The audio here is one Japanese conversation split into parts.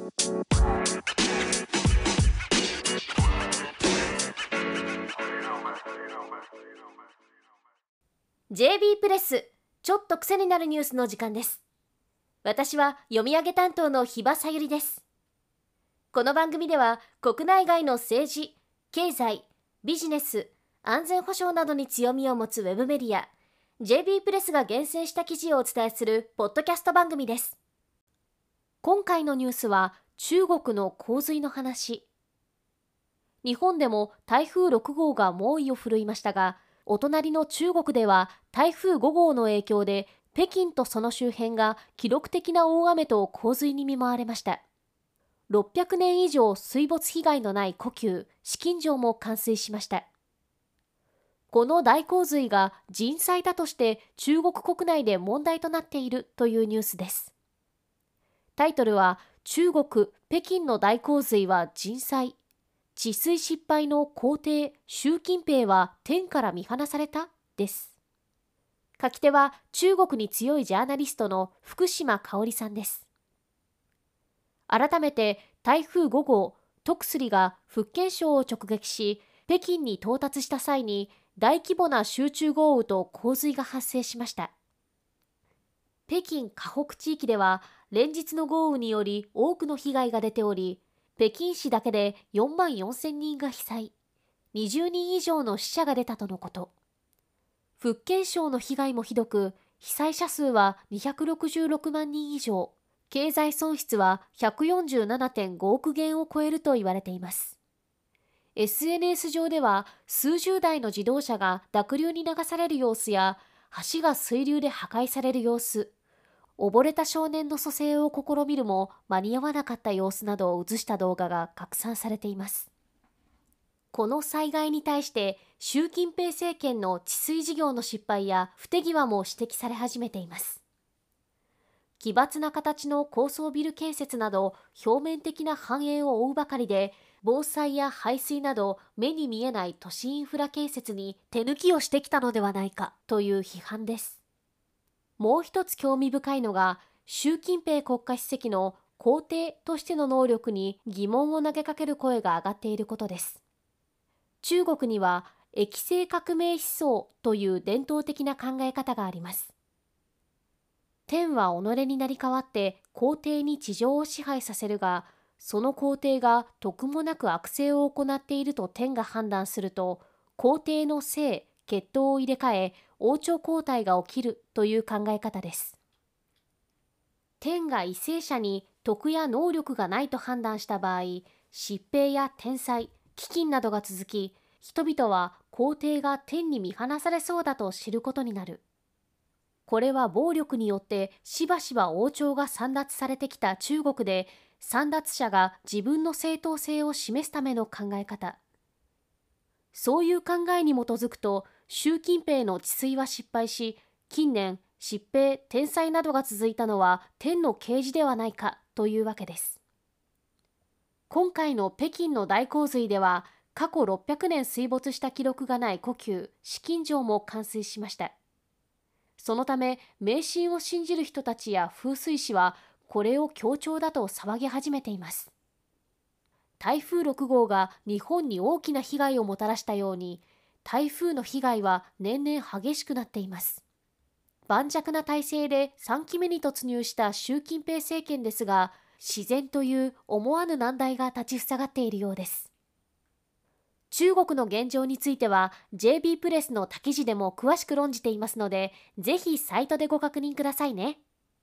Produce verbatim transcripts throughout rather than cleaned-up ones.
ジェービー プレス、ちょっと癖になるニュースの時間です。私は読み上げ担当の日場さゆりです。この番組では国内外の政治、経済、ビジネス、安全保障などに強みを持つウェブメディア ジェービー プレスが厳選した記事をお伝えするポッドキャスト番組です。今回のニュースは中国の洪水の話。日本でも台風ろくごうが猛威を振るいましたが、お隣の中国では台風ごごうの影響で北京とその周辺が記録的な大雨と洪水に見舞われました。ろっぴゃくねん以上水没被害のない故宮、紫禁城も冠水しました。この大洪水が人災だとして中国国内で問題となっているというニュースです。タイトルは、中国・北京の大洪水は人災。治水失敗の皇帝、習近平は天から見放されたです。書き手は中国に強いジャーナリストの福島香織さんです。改めて台風ごごう、徳スリが福建省を直撃し、北京に到達した際に大規模な集中豪雨と洪水が発生しました。北京河北地域では連日の豪雨により多くの被害が出ており、北京市だけでよんまんよんせんにんが被災、にじゅうにん以上の死者が出たとのこと。福建省の被害もひどく、被災者数はにひゃくろくじゅうろくまんにん以上、経済損失は ひゃくよんじゅうななてんごおくげんを超えると言われています。エスエヌエス 上では数十台の自動車が濁流に流される様子や、橋が水流で破壊される様子、溺れた少年の蘇生を試みるも間に合わなかった様子などを映した動画が拡散されています。この災害に対して習近平政権の治水事業の失敗や不手際も指摘され始めています。奇抜な形の高層ビル建設など表面的な繁栄を追うばかりで、防災や排水など目に見えない都市インフラ建設に手抜きをしてきたのではないかという批判です。もう一つ興味深いのが、習近平国家主席の皇帝としての能力に疑問を投げかける声が上がっていることです。中国には液性革命思想という伝統的な考え方があります。天は己になり代わって皇帝に地上を支配させるが、その皇帝が徳もなく悪政を行っていると天が判断すると、皇帝の姓、血統を入れ替え、王朝交代が起きるという考え方です。天が為政者に徳や能力がないと判断した場合、疾病や天災、飢饉などが続き、人々は皇帝が天に見放されそうだと知ることになる。これは暴力によってしばしば王朝が簒奪されてきた中国で、簒奪者が自分の正当性を示すための考え方。そういう考えに基づくと、習近平の治水は失敗し、近年、疾病、天災などが続いたのは天の啓示ではないかというわけです。今回の北京の大洪水では、過去ろっぴゃくねん水没した記録がない故宮、紫禁城も冠水しました。そのため、迷信を信じる人たちや風水師は、これを強調だと騒ぎ始めています。台風ろくごうが日本に大きな被害をもたらしたように、台風の被害は年々激しくなっています。盤石な体制でさんきめに突入した習近平政権ですが、自然という思わぬ難題が立ちふさがっているようです。中国の現状については ジェービー プレスの他記事でも詳しく論じていますので、ぜひサイトでご確認くださいね。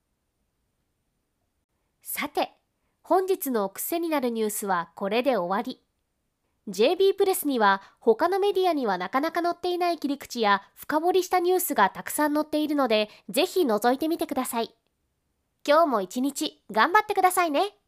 さて、本日の癖になるニュースはこれで終わり。ジェービー プレスには他のメディアにはなかなか載っていない切り口や深掘りしたニュースがたくさん載っているので、ぜひ覗いてみてください。今日も一日頑張ってくださいね。